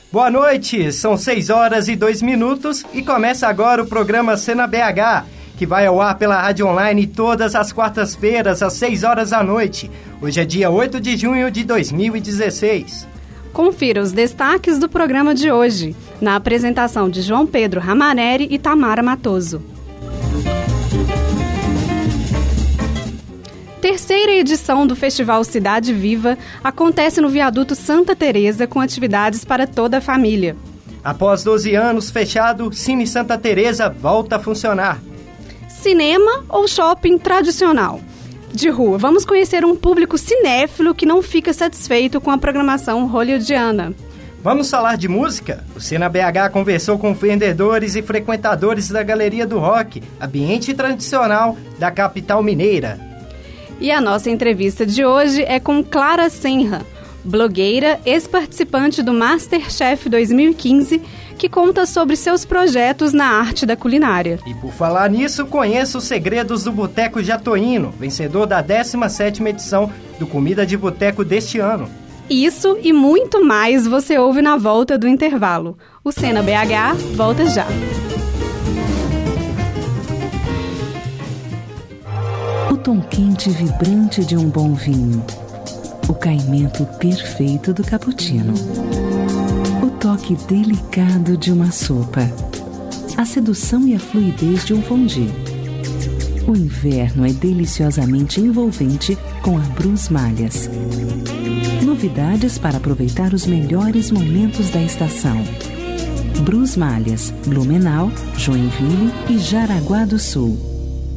Boa noite, são 6h02 e começa agora o programa Cena BH, que vai ao ar pela rádio online todas as quartas-feiras, às 6h da noite. Hoje é dia 8 de junho de 2016. Confira os destaques do programa de hoje, na apresentação de João Pedro Ramaneri e Tamara Matoso. Terceira edição do Festival Cidade Viva acontece no Viaduto Santa Teresa com atividades para toda a família. Após 12 anos fechado, Cine Santa Teresa volta a funcionar. Cinema ou shopping tradicional? De rua, vamos conhecer um público cinéfilo que não fica satisfeito com a programação hollywoodiana. Vamos falar de música? O Cena BH conversou com vendedores e frequentadores da Galeria do Rock, ambiente tradicional da capital mineira. E a nossa entrevista de hoje é com Clara Senra, blogueira, ex-participante do MasterChef 2015, que conta sobre seus projetos na arte da culinária. E por falar nisso, conheça os segredos do Boteco Jatoíno, vencedor da 17ª edição do Comida de Boteco deste ano. Isso e muito mais você ouve na volta do intervalo. O Cena BH volta já. O tom quente e vibrante de um bom vinho. O caimento perfeito do cappuccino. O toque delicado de uma sopa. A sedução e a fluidez de um fondue. O inverno é deliciosamente envolvente com a Brus Malhas. Novidades para aproveitar os melhores momentos da estação. Brus Malhas, Blumenau, Joinville e Jaraguá do Sul.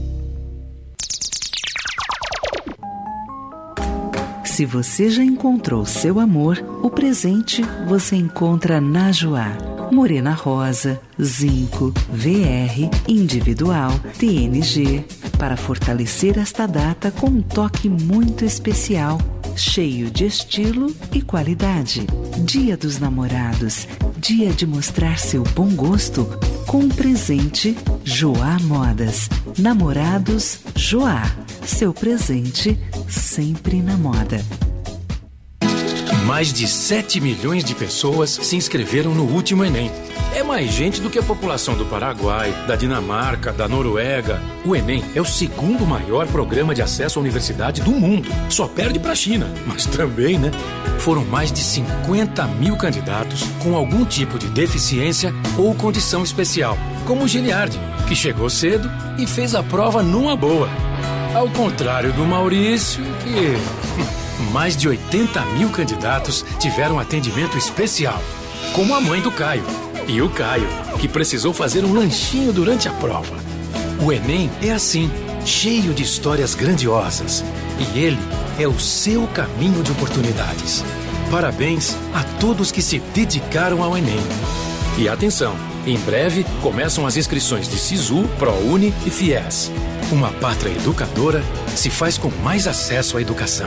Se você já encontrou seu amor, o presente você encontra na Joá. Morena Rosa, Zinco, VR, Individual, TNG. Para fortalecer esta data com um toque muito especial, cheio de estilo e qualidade. Dia dos Namorados, dia de mostrar seu bom gosto com um presente Joá Modas. Namorados Joá. Seu presente sempre na moda. Mais de 7 milhões de pessoas se inscreveram no último Enem. É mais gente do que a população do Paraguai, da Dinamarca, da Noruega. O Enem é o segundo maior programa de acesso à universidade do mundo. Só perde para a China, mas também, né? Foram mais de 50 mil candidatos com algum tipo de deficiência ou condição especial, como o Geniardi, que chegou cedo e fez a prova numa boa. Ao contrário do Maurício, que mais de 80 mil candidatos tiveram atendimento especial, como a mãe do Caio. E o Caio, que precisou fazer um lanchinho durante a prova. O Enem é assim, cheio de histórias grandiosas. E ele é o seu caminho de oportunidades. Parabéns a todos que se dedicaram ao Enem. E atenção, em breve começam as inscrições de Sisu, ProUni e FIES. Uma pátria educadora se faz com mais acesso à educação.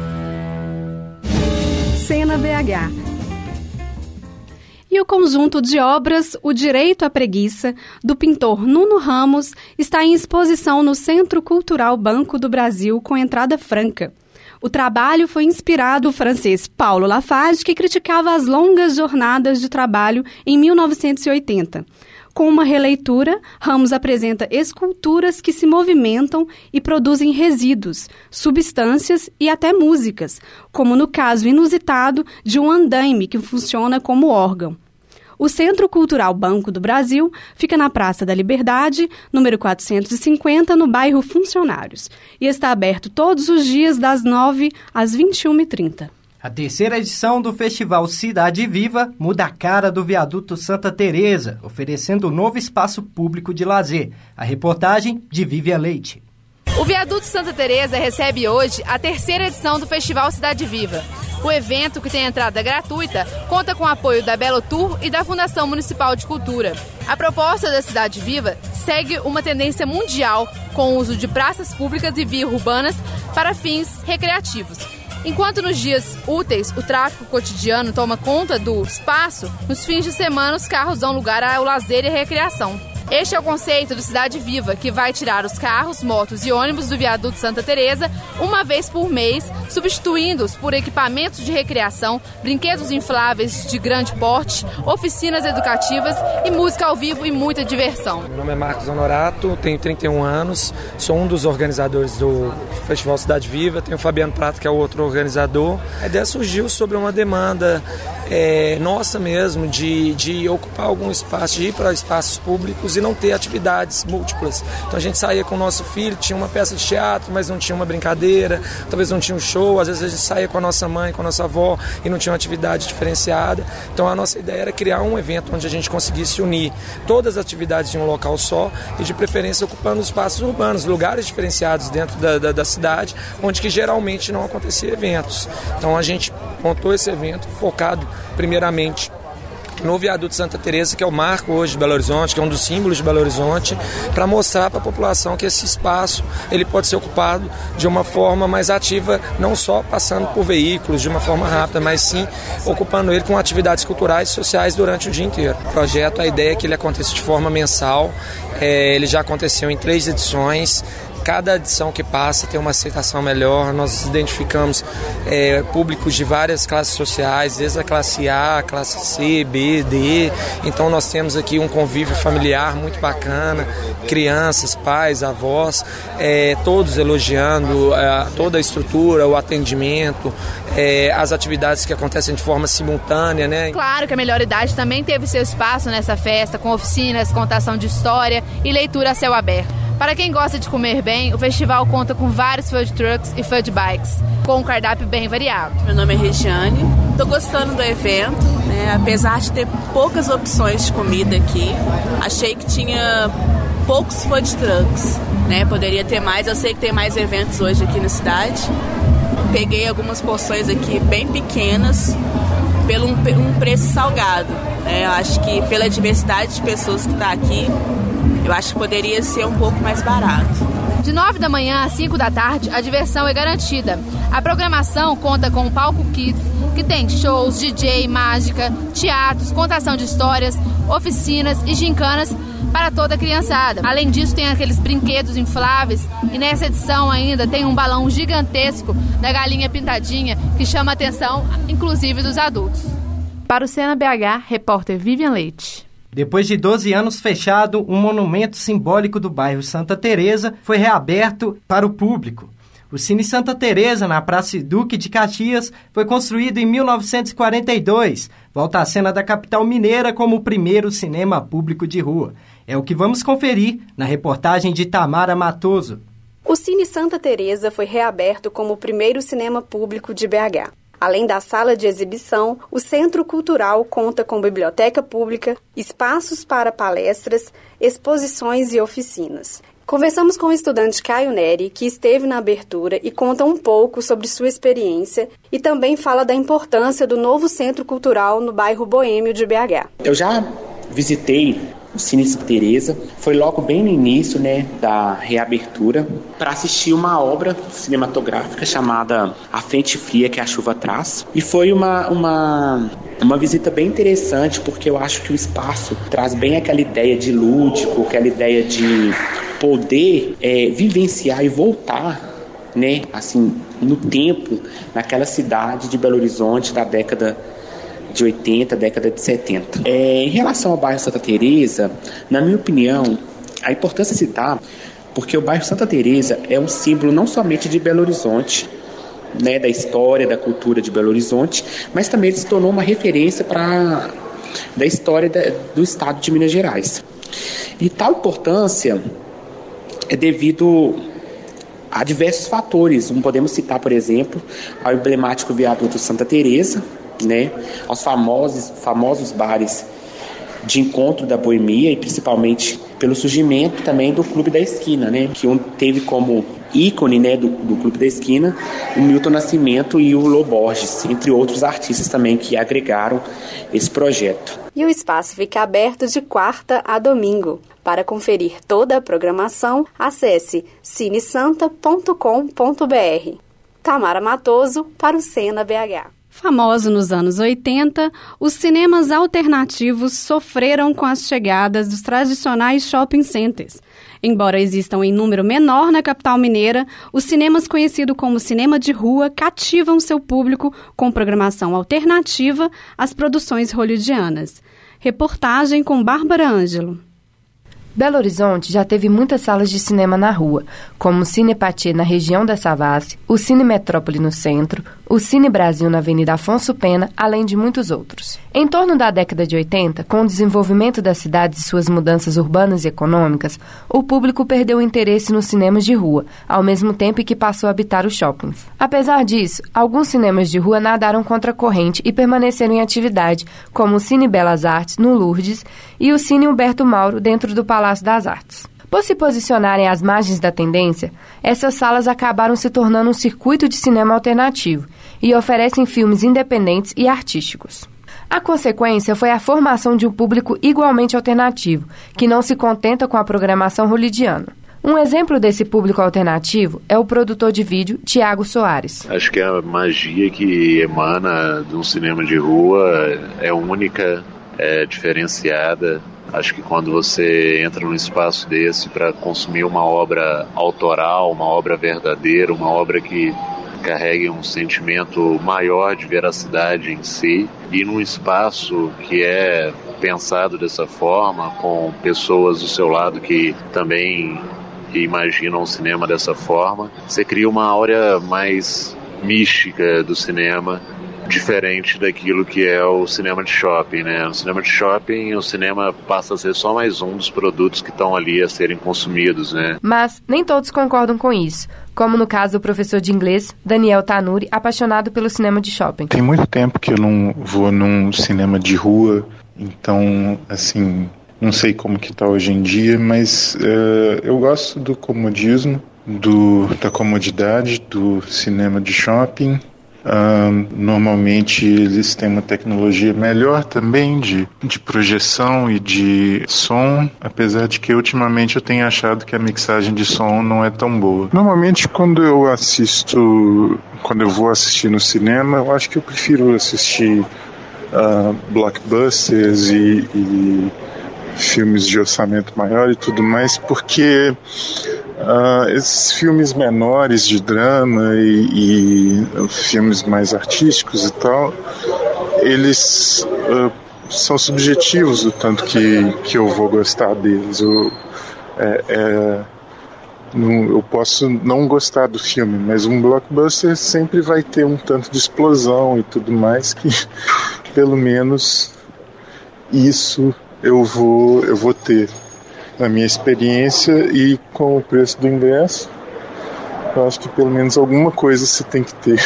Cena BH. E o conjunto de obras O Direito à Preguiça, do pintor Nuno Ramos, está em exposição no Centro Cultural Banco do Brasil com entrada franca. O trabalho foi inspirado no francês Paulo Lafage, que criticava as longas jornadas de trabalho em 1980. Com uma releitura, Ramos apresenta esculturas que se movimentam e produzem resíduos, substâncias e até músicas, como no caso inusitado de um andaime que funciona como órgão. O Centro Cultural Banco do Brasil fica na Praça da Liberdade, número 450, no bairro Funcionários, e está aberto todos os dias das 9 às 21h30. A terceira edição do Festival Cidade Viva muda a cara do Viaduto Santa Teresa, oferecendo um novo espaço público de lazer. A reportagem de Vívia Leite. O Viaduto Santa Teresa recebe hoje a terceira edição do Festival Cidade Viva. O evento, que tem entrada gratuita, conta com o apoio da Belo Tour e da Fundação Municipal de Cultura. A proposta da Cidade Viva segue uma tendência mundial com o uso de praças públicas e vias urbanas para fins recreativos. Enquanto nos dias úteis o tráfego cotidiano toma conta do espaço, nos fins de semana os carros dão lugar ao lazer e à recreação. Este é o conceito do Cidade Viva, que vai tirar os carros, motos e ônibus do viaduto Santa Teresa uma vez por mês, substituindo-os por equipamentos de recreação, brinquedos infláveis de grande porte, oficinas educativas e música ao vivo e muita diversão. Meu nome é Marcos Honorato, tenho 31 anos, sou um dos organizadores do Festival Cidade Viva, tenho o Fabiano Prato, que é o outro organizador. A ideia surgiu sobre uma demanda nossa mesmo, de ocupar algum espaço, de ir para espaços públicos e não ter atividades múltiplas. Então a gente saía com o nosso filho, tinha uma peça de teatro, mas não tinha uma brincadeira, talvez não tinha um show, às vezes a gente saía com a nossa mãe, com a nossa avó e não tinha uma atividade diferenciada. Então a nossa ideia era criar um evento onde a gente conseguisse unir todas as atividades em um local só e de preferência ocupando espaços urbanos, lugares diferenciados dentro da cidade, onde que geralmente não acontecia eventos. Então a gente montou esse evento focado primeiramente no viaduto Santa Teresa, que é o marco hoje de Belo Horizonte, que é um dos símbolos de Belo Horizonte, para mostrar para a população que esse espaço ele pode ser ocupado de uma forma mais ativa, não só passando por veículos de uma forma rápida, mas sim ocupando ele com atividades culturais e sociais durante o dia inteiro. O projeto, a ideia é que ele aconteça de forma mensal, ele já aconteceu em 3 edições. Cada edição que passa tem uma aceitação melhor, nós identificamos públicos de várias classes sociais, desde a classe A, classe C, B, D, então nós temos aqui um convívio familiar muito bacana, crianças, pais, avós, todos elogiando toda a estrutura, o atendimento, as atividades que acontecem de forma simultânea, né? Claro que a Melhor Idade também teve seu espaço nessa festa, com oficinas, contação de história e leitura a céu aberto. Para quem gosta de comer bem, o festival conta com vários food trucks e food bikes, com um cardápio bem variado. Meu nome é Regiane, estou gostando do evento, né? Apesar de ter poucas opções de comida aqui, achei que tinha poucos food trucks, né? Poderia ter mais, eu sei que tem mais eventos hoje aqui na cidade. Peguei algumas porções aqui bem pequenas, pelo um preço salgado, né? Eu acho que pela diversidade de pessoas que está aqui, eu acho que poderia ser um pouco mais barato. De 9 da manhã às 5 da tarde, a diversão é garantida. A programação conta com o Palco Kids, que tem shows, DJ, mágica, teatros, contação de histórias, oficinas e gincanas para toda a criançada. Além disso, tem aqueles brinquedos infláveis e nessa edição ainda tem um balão gigantesco da galinha pintadinha que chama a atenção, inclusive dos adultos. Para o Cena BH, repórter Vivian Leite. Depois de 12 anos fechado, um monumento simbólico do bairro Santa Teresa foi reaberto para o público. O Cine Santa Teresa, na Praça Duque de Caxias, foi construído em 1942. Volta à cena da capital mineira como o primeiro cinema público de rua. É o que vamos conferir na reportagem de Tamara Matoso. O Cine Santa Teresa foi reaberto como o primeiro cinema público de BH. Além da sala de exibição, o Centro Cultural conta com biblioteca pública, espaços para palestras, exposições e oficinas. Conversamos com o estudante Caio Neri, que esteve na abertura e conta um pouco sobre sua experiência e também fala da importância do novo Centro Cultural no bairro Boêmio de BH. Eu já visitei o Cine Santa Teresa, foi logo bem no início, né, da reabertura, para assistir uma obra cinematográfica chamada A Frente Fria que a Chuva Traz. E foi uma visita bem interessante, porque eu acho que o espaço traz bem aquela ideia de lúdico, aquela ideia de poder vivenciar e voltar, né, assim, no tempo, naquela cidade de Belo Horizonte da década de 80, década de 70. Em relação ao bairro Santa Teresa, na minha opinião, a importância se dá porque o bairro Santa Teresa é um símbolo não somente de Belo Horizonte, né, da história, da cultura de Belo Horizonte, mas também ele se tornou uma referência da história do estado de Minas Gerais. E tal importância é devido a diversos fatores. Podemos citar, por exemplo, ao emblemático viaduto Santa Teresa, né, aos famosos bares de encontro da boemia e principalmente pelo surgimento também do Clube da Esquina, né, que teve como ícone, né, do Clube da Esquina o Milton Nascimento e o Lô Borges, entre outros artistas também que agregaram esse projeto. E o espaço fica aberto de quarta a domingo. Para conferir toda a programação, acesse cinesanta.com.br. Tamara Matoso para o Cena BH. Famoso nos anos 80, os cinemas alternativos sofreram com as chegadas dos tradicionais shopping centers. Embora existam em número menor na capital mineira, os cinemas conhecidos como cinema de rua cativam seu público com programação alternativa às produções hollywoodianas. Reportagem com Bárbara Ângelo. Belo Horizonte já teve muitas salas de cinema na rua, como o Cine Patê na região da Savassi, o Cine Metrópole no centro, o Cine Brasil na Avenida Afonso Pena, além de muitos outros. Em torno da década de 80, com o desenvolvimento das cidades e suas mudanças urbanas e econômicas, o público perdeu o interesse nos cinemas de rua, ao mesmo tempo que passou a habitar os shoppings. Apesar disso, alguns cinemas de rua nadaram contra a corrente e permaneceram em atividade, como o Cine Belas Artes, no Lourdes, e o Cine Humberto Mauro, dentro do Palácio das Artes. Por se posicionarem às margens da tendência, essas salas acabaram se tornando um circuito de cinema alternativo e oferecem filmes independentes e artísticos. A consequência foi a formação de um público igualmente alternativo, que não se contenta com a programação hollywoodiana. Um exemplo desse público alternativo é o produtor de vídeo Tiago Soares. Acho que a magia que emana de um cinema de rua é única, é diferenciada. Acho que quando você entra num espaço desse para consumir uma obra autoral, uma obra verdadeira, uma obra que carregue um sentimento maior de veracidade em si, e num espaço que é pensado dessa forma, com pessoas do seu lado que também imaginam o cinema dessa forma, você cria uma áurea mais mística do cinema, diferente daquilo que é o cinema de shopping, né? No cinema de shopping, o cinema passa a ser só mais um dos produtos que estão ali a serem consumidos, né? Mas nem todos concordam com isso, como no caso do professor de inglês, Daniel Tanuri, apaixonado pelo cinema de shopping. Tem muito tempo que eu não vou num cinema de rua, então, assim, não sei como que tá hoje em dia, mas eu gosto do comodismo, da comodidade do cinema de shopping. Normalmente eles têm uma tecnologia melhor também de projeção e de som, apesar de que ultimamente eu tenho achado que a mixagem de som não é tão boa. Normalmente quando eu vou assistir no cinema, eu acho que eu prefiro assistir blockbusters e filmes de orçamento maior e tudo mais, porque esses filmes menores de drama e filmes mais artísticos e tal, eles são subjetivos do tanto que eu vou gostar deles. Eu posso não gostar do filme, mas um blockbuster sempre vai ter um tanto de explosão e tudo mais, que pelo menos isso eu vou ter na minha experiência, e com o preço do ingresso, eu acho que pelo menos alguma coisa você tem que ter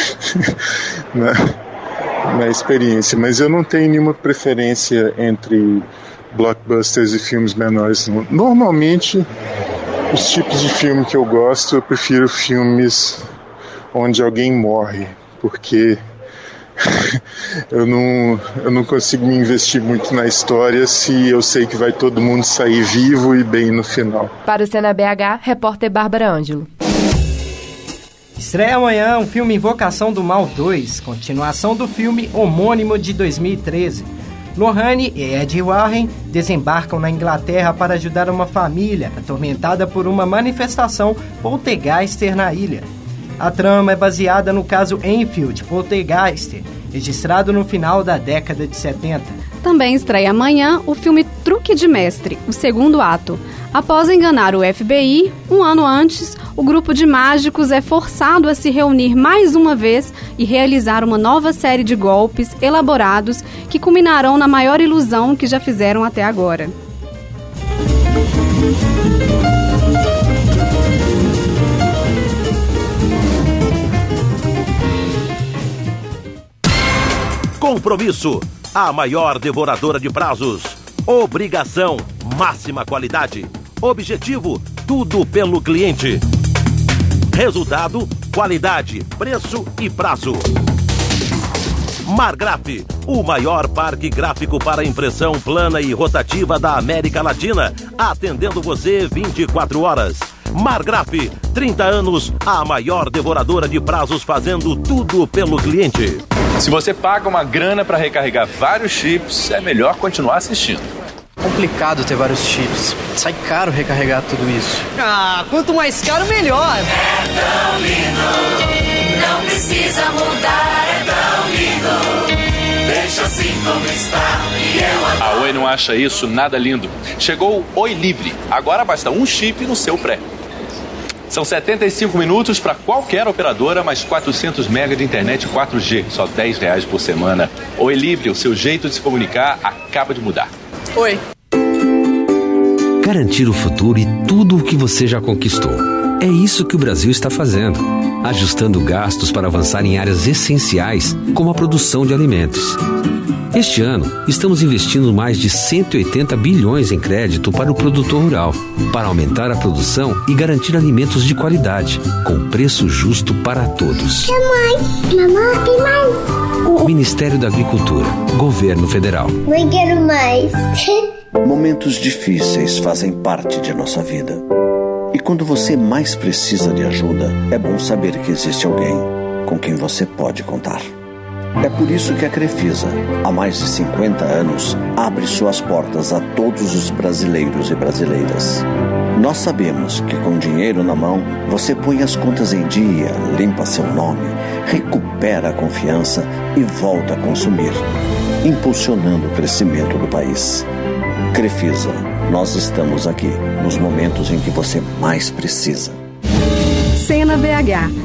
na experiência. Mas eu não tenho nenhuma preferência entre blockbusters e filmes menores. Normalmente, os tipos de filme que eu gosto, eu prefiro filmes onde alguém morre, porque eu não consigo me investir muito na história se eu sei que vai todo mundo sair vivo e bem no final. Para o Cena BH, repórter Bárbara Ângelo. Estreia amanhã o filme Invocação do Mal 2, continuação do filme homônimo de 2013. Lohane e Ed Warren desembarcam na Inglaterra para ajudar uma família atormentada por uma manifestação poltergeister na ilha. A trama é baseada no caso Enfield Poltergeist, registrado no final da década de 70. Também estreia amanhã o filme Truque de Mestre, o segundo ato. Após enganar o FBI, um ano antes, o grupo de mágicos é forçado a se reunir mais uma vez e realizar uma nova série de golpes elaborados que culminarão na maior ilusão que já fizeram até agora. Compromisso, a maior devoradora de prazos. Obrigação, máxima qualidade. Objetivo, tudo pelo cliente. Resultado, qualidade, preço e prazo. Margraf, o maior parque gráfico para impressão plana e rotativa da América Latina, atendendo você 24 horas. Margraf, 30 anos, a maior devoradora de prazos, fazendo tudo pelo cliente. Se você paga uma grana para recarregar vários chips, é melhor continuar assistindo. Complicado ter vários chips. Sai caro recarregar tudo isso. Ah, quanto mais caro, melhor. É tão lindo, não precisa mudar, é tão lindo. Deixa assim como está e eu adoro. A Oi não acha isso nada lindo. Chegou o Oi Livre. Agora basta um chip no seu pré. São 75 minutos para qualquer operadora, mais 400 MB de internet 4G. Só R$10 por semana. Oi Livre, o seu jeito de se comunicar acaba de mudar. Oi. Garantir o futuro e tudo o que você já conquistou. É isso que o Brasil está fazendo, ajustando gastos para avançar em áreas essenciais, como a produção de alimentos. Este ano, estamos investindo mais de 180 bilhões em crédito para o produtor rural, para aumentar a produção e garantir alimentos de qualidade, com preço justo para todos. Tem mais, mamãe, tem mais. Ministério da Agricultura, Governo Federal. Mãe, quero mais. Momentos difíceis fazem parte de nossa vida. E quando você mais precisa de ajuda, é bom saber que existe alguém com quem você pode contar. É por isso que a Crefisa, há mais de 50 anos, abre suas portas a todos os brasileiros e brasileiras. Nós sabemos que com dinheiro na mão, você põe as contas em dia, limpa seu nome, recupera a confiança e volta a consumir, impulsionando o crescimento do país. Crefisa, nós estamos aqui nos momentos em que você mais precisa. Cena BH.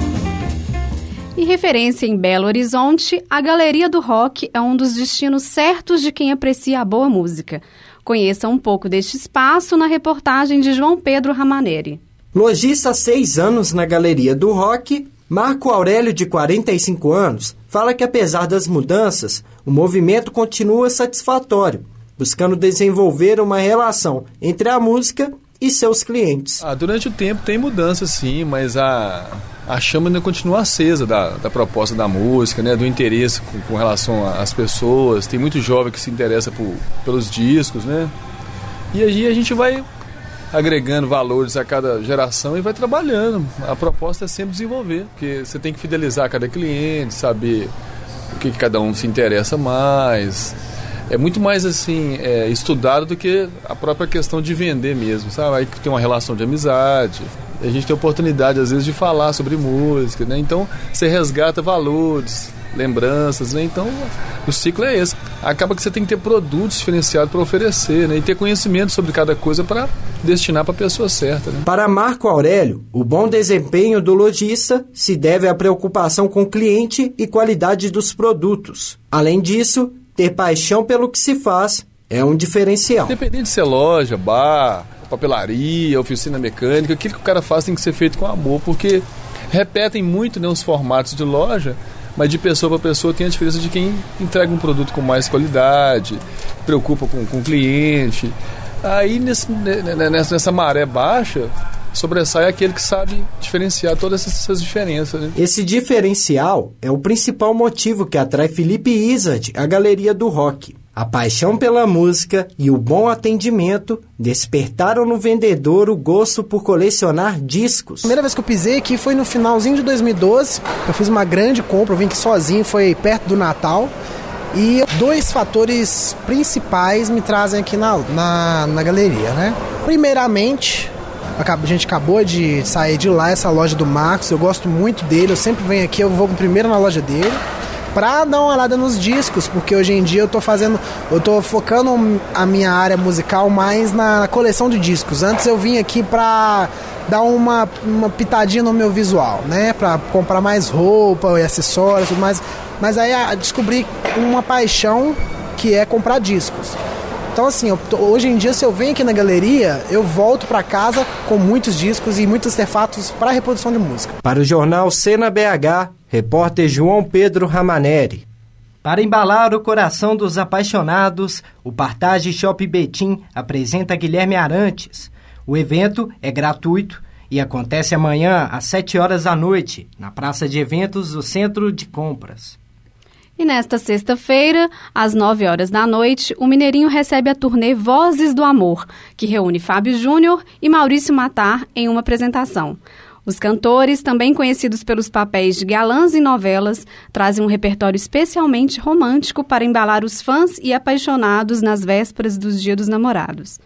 E referência em Belo Horizonte, a Galeria do Rock é um dos destinos certos de quem aprecia a boa música. Conheça um pouco deste espaço na reportagem de João Pedro Ramaneri. Lojista há 6 anos na Galeria do Rock, Marco Aurélio, de 45 anos, fala que apesar das mudanças, o movimento continua satisfatório, buscando desenvolver uma relação entre a música e seus clientes. Durante o tempo tem mudança sim, mas a chama ainda continua acesa da proposta da música, né, do interesse com relação às pessoas. Tem muito jovem que se interessa pelos discos, né? E aí a gente vai agregando valores a cada geração e vai trabalhando. A proposta é sempre desenvolver, porque você tem que fidelizar cada cliente, saber o que cada um se interessa mais. É muito mais assim, estudado do que a própria questão de vender mesmo, sabe? Aí tem uma relação de amizade. A gente tem oportunidade, às vezes, de falar sobre música, né? Então, você resgata valores, lembranças, né? Então, o ciclo é esse. Acaba que você tem que ter produtos diferenciados para oferecer, né? E ter conhecimento sobre cada coisa para destinar para a pessoa certa, né? Para Marco Aurélio, o bom desempenho do lojista se deve à preocupação com o cliente e qualidade dos produtos. Além disso, ter paixão pelo que se faz é um diferencial. Independente de ser loja, bar, papelaria, oficina mecânica, aquilo que o cara faz tem que ser feito com amor, porque repetem muito, né, os formatos de loja, mas de pessoa para pessoa tem a diferença de quem entrega um produto com mais qualidade, preocupa com o cliente. Aí nessa maré baixa, sobressai aquele que sabe diferenciar todas essas diferenças, né? Esse diferencial é o principal motivo que atrai Felipe Izard à Galeria do Rock. A paixão pela música e o bom atendimento despertaram no vendedor o gosto por colecionar discos. A primeira vez que eu pisei aqui foi no finalzinho de 2012. Eu fiz uma grande compra, eu vim aqui sozinho, foi perto do Natal. E 2 fatores principais me trazem aqui na galeria, né? Primeiramente, a gente acabou de sair de lá, essa loja do Marcos, eu gosto muito dele, eu sempre venho aqui, eu vou primeiro na loja dele pra dar uma olhada nos discos, porque hoje em dia eu tô focando a minha área musical mais na coleção de discos. Antes eu vim aqui pra dar uma pitadinha no meu visual, né, pra comprar mais roupa e acessórios e tudo mais, mas aí descobri uma paixão que é comprar discos. Então assim, hoje em dia se eu venho aqui na galeria, eu volto para casa com muitos discos e muitos artefatos para reprodução de música. Para o jornal Cena BH, repórter João Pedro Ramaneri. Para embalar o coração dos apaixonados, o Partage Shop Betim apresenta Guilherme Arantes. O evento é gratuito e acontece amanhã às 7 horas da noite, na Praça de Eventos do Centro de Compras. E nesta sexta-feira, às 9 horas da noite, o Mineirinho recebe a turnê Vozes do Amor, que reúne Fábio Júnior e Maurício Matar em uma apresentação. Os cantores, também conhecidos pelos papéis de galãs em novelas, trazem um repertório especialmente romântico para embalar os fãs e apaixonados nas vésperas dos Dia dos Namorados.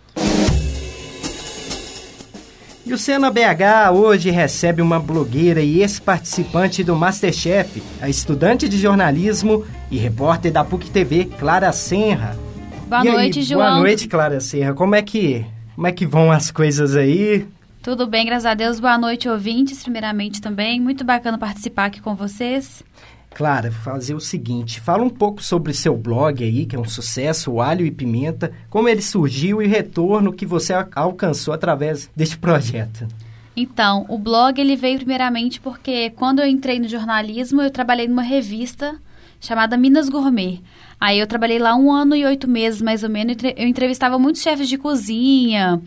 E o Cena BH hoje recebe uma blogueira e ex-participante do MasterChef, a estudante de jornalismo e repórter da PUC TV, Clara Senra. Boa noite, João. Boa noite, Clara Senra. Como é que vão as coisas aí? Tudo bem, graças a Deus. Boa noite, ouvintes, primeiramente também. Muito bacana participar aqui com vocês. Clara, fazer o seguinte, fala um pouco sobre seu blog aí, que é um sucesso, o Alho e Pimenta, como ele surgiu e o retorno que você alcançou através deste projeto. Então, o blog ele veio primeiramente porque quando eu entrei no jornalismo, eu trabalhei numa revista chamada Minas Gourmet. Aí eu trabalhei lá 1 ano e 8 meses, mais ou menos. Eu entrevistava muitos chefes de cozinha,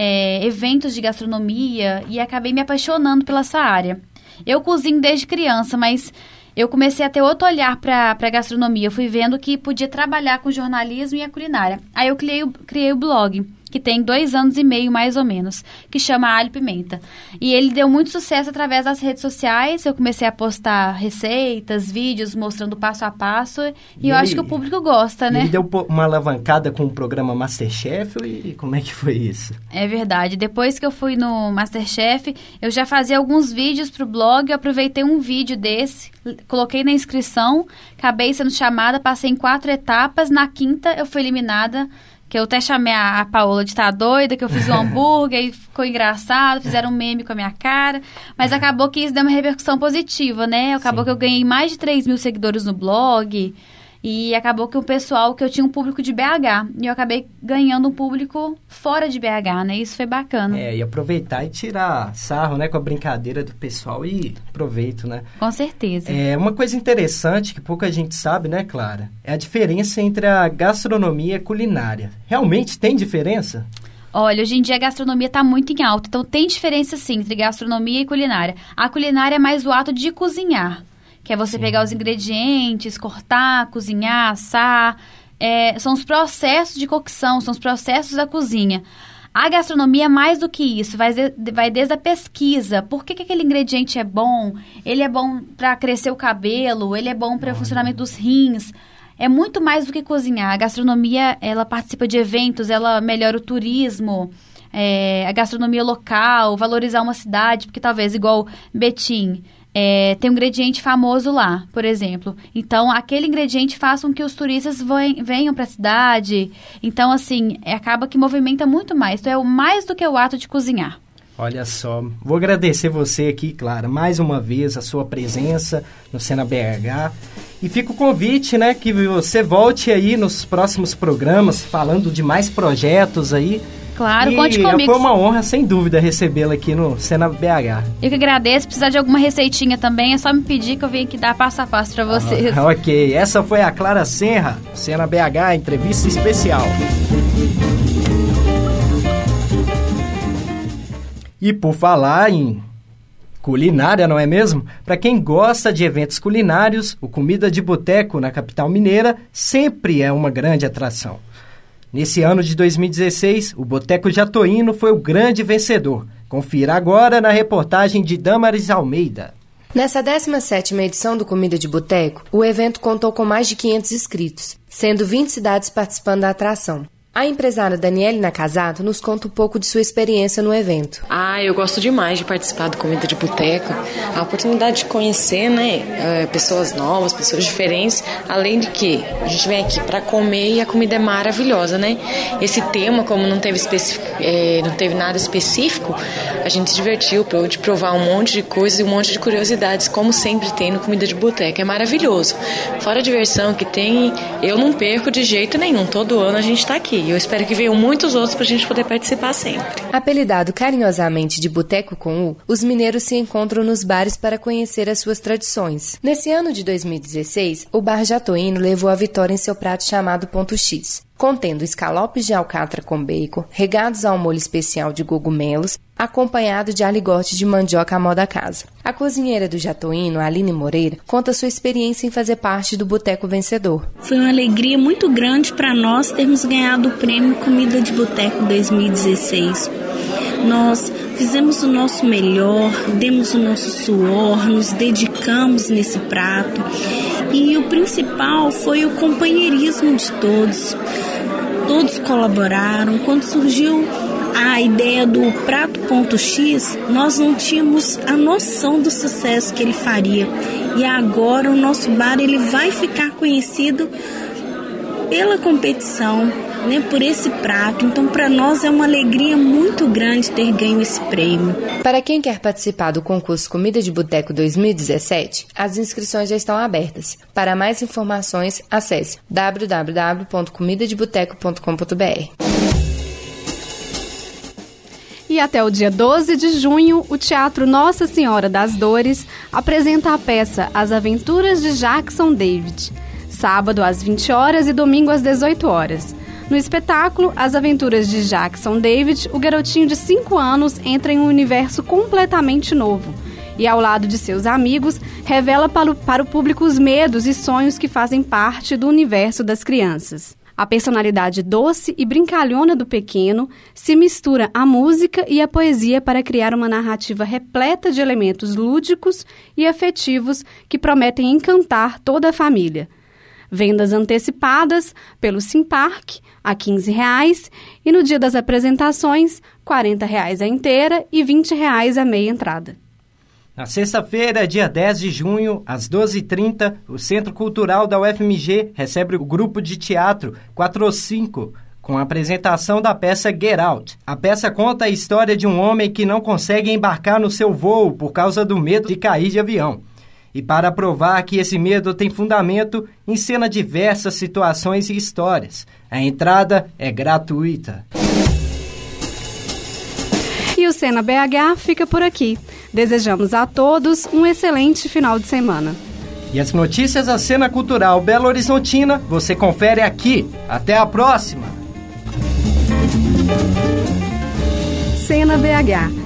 eventos de gastronomia, e acabei me apaixonando pela essa área. Eu cozinho desde criança, mas eu comecei a ter outro olhar para a gastronomia. Eu fui vendo que podia trabalhar com o jornalismo e a culinária. Aí eu criei o blog, que tem 2 anos e meio, mais ou menos, que chama Alho e Pimenta. E ele deu muito sucesso através das redes sociais. Eu comecei a postar receitas, vídeos mostrando passo a passo. E eu acho que o público gosta, né? Ele deu uma alavancada com o programa MasterChef, e como é que foi isso? É verdade. Depois que eu fui no MasterChef, eu já fazia alguns vídeos pro blog. Eu aproveitei um vídeo desse, coloquei na inscrição, acabei sendo chamada, passei em 4 etapas. Na 5ª, eu fui eliminada, que eu até chamei a Paola de tá doida, que eu fiz um hambúrguer e ficou engraçado, fizeram um meme com a minha cara, mas acabou que isso deu uma repercussão positiva, né? Acabou que eu ganhei mais de 3 mil seguidores no blog, e acabou que o pessoal, que eu tinha um público de BH, e eu acabei ganhando um público fora de BH, né? Isso foi bacana. E aproveitar e tirar sarro, né, com a brincadeira do pessoal, e aproveito, né? Com certeza. Uma coisa interessante que pouca gente sabe, né, Clara, é a diferença entre a gastronomia e a culinária. Realmente tem diferença? Olha, hoje em dia a gastronomia está muito em alta, então tem diferença sim entre gastronomia e culinária. A culinária é mais o ato de cozinhar, que é você pegar os ingredientes, cortar, cozinhar, assar. São os processos de cocção, são os processos da cozinha. A gastronomia é mais do que isso, vai desde a pesquisa. Por que aquele ingrediente é bom? Ele é bom para crescer o cabelo, ele é bom para o funcionamento dos rins. É muito mais do que cozinhar. A gastronomia, ela participa de eventos, ela melhora o turismo, a gastronomia local, valorizar uma cidade, porque talvez, igual Betim, tem um ingrediente famoso lá, por exemplo. Então, aquele ingrediente faz com que os turistas venham para a cidade. Então, assim, acaba que movimenta muito mais. Então, é mais do que o ato de cozinhar. Olha só, vou agradecer você aqui, Clara, mais uma vez a sua presença no Cena BH. E fica o convite, né, que você volte aí nos próximos programas, falando de mais projetos aí. Claro, conte comigo. Foi uma honra, sem dúvida, recebê-la aqui no Cena BH. Eu que agradeço. Se precisar de alguma receitinha também, é só me pedir que eu venho aqui dar passo a passo para vocês. Ok, essa foi a Clara Senra, Cena BH, entrevista especial. E por falar em culinária, não é mesmo? Para quem gosta de eventos culinários, o Comida de Boteco na capital mineira sempre é uma grande atração. Nesse ano de 2016, o Boteco Jatoíno foi o grande vencedor. Confira agora na reportagem de Damaris Almeida. Nessa 17ª edição do Comida de Boteco, o evento contou com mais de 500 inscritos, sendo 20 cidades participando da atração. A empresária Daniele Nakazato nos conta um pouco de sua experiência no evento. Eu gosto demais de participar do Comida de Boteco. A oportunidade de conhecer, né, pessoas novas, pessoas diferentes, além de que a gente vem aqui para comer e a comida é maravilhosa, né? Esse tema, como não teve nada específico, a gente se divertiu, de provar um monte de coisas e um monte de curiosidades, como sempre tem no Comida de Boteco. É maravilhoso. Fora a diversão que tem, eu não perco de jeito nenhum. Todo ano a gente está aqui. E eu espero que venham muitos outros para a gente poder participar sempre. Apelidado carinhosamente de Boteco com U, os mineiros se encontram nos bares para conhecer as suas tradições. Nesse ano de 2016, o Bar Jatoíno levou a vitória em seu prato chamado Ponto X, contendo escalopes de alcatra com bacon, regados ao molho especial de cogumelos, acompanhado de aligote de mandioca à moda casa. A cozinheira do Jatoíno, Aline Moreira, conta sua experiência em fazer parte do Boteco vencedor. Foi uma alegria muito grande para nós termos ganhado o prêmio Comida de Boteco 2016. Nós fizemos o nosso melhor, demos o nosso suor, nos dedicamos nesse prato. E o principal foi o companheirismo de todos. Todos colaboraram. Quando surgiu a ideia do prato ponto X, nós não tínhamos a noção do sucesso que ele faria. E agora o nosso bar ele vai ficar conhecido pela competição, né, por esse prato. Então, para nós é uma alegria muito grande ter ganho esse prêmio. Para quem quer participar do concurso Comida de Boteco 2017, as inscrições já estão abertas. Para mais informações, acesse www.comidadeboteco.com.br. E até o dia 12 de junho, o Teatro Nossa Senhora das Dores apresenta a peça As Aventuras de Jackson David, sábado às 20 horas e domingo às 18 horas. No espetáculo As Aventuras de Jackson David, o garotinho de 5 anos entra em um universo completamente novo e, ao lado de seus amigos, revela para o público os medos e sonhos que fazem parte do universo das crianças. A personalidade doce e brincalhona do pequeno se mistura à música e à poesia para criar uma narrativa repleta de elementos lúdicos e afetivos que prometem encantar toda a família. Vendas antecipadas pelo Simpark a R$ 15,00 e no dia das apresentações R$ 40,00 a inteira e R$ 20,00 a meia entrada. Na sexta-feira, dia 10 de junho, às 12h30, o Centro Cultural da UFMG recebe o grupo de teatro 4/5, com a apresentação da peça Get Out. A peça conta a história de um homem que não consegue embarcar no seu voo por causa do medo de cair de avião. E para provar que esse medo tem fundamento, encena diversas situações e histórias. A entrada é gratuita. E o Cena BH fica por aqui. Desejamos a todos um excelente final de semana. E as notícias da cena cultural Belo Horizontina você confere aqui. Até a próxima! Cena BH.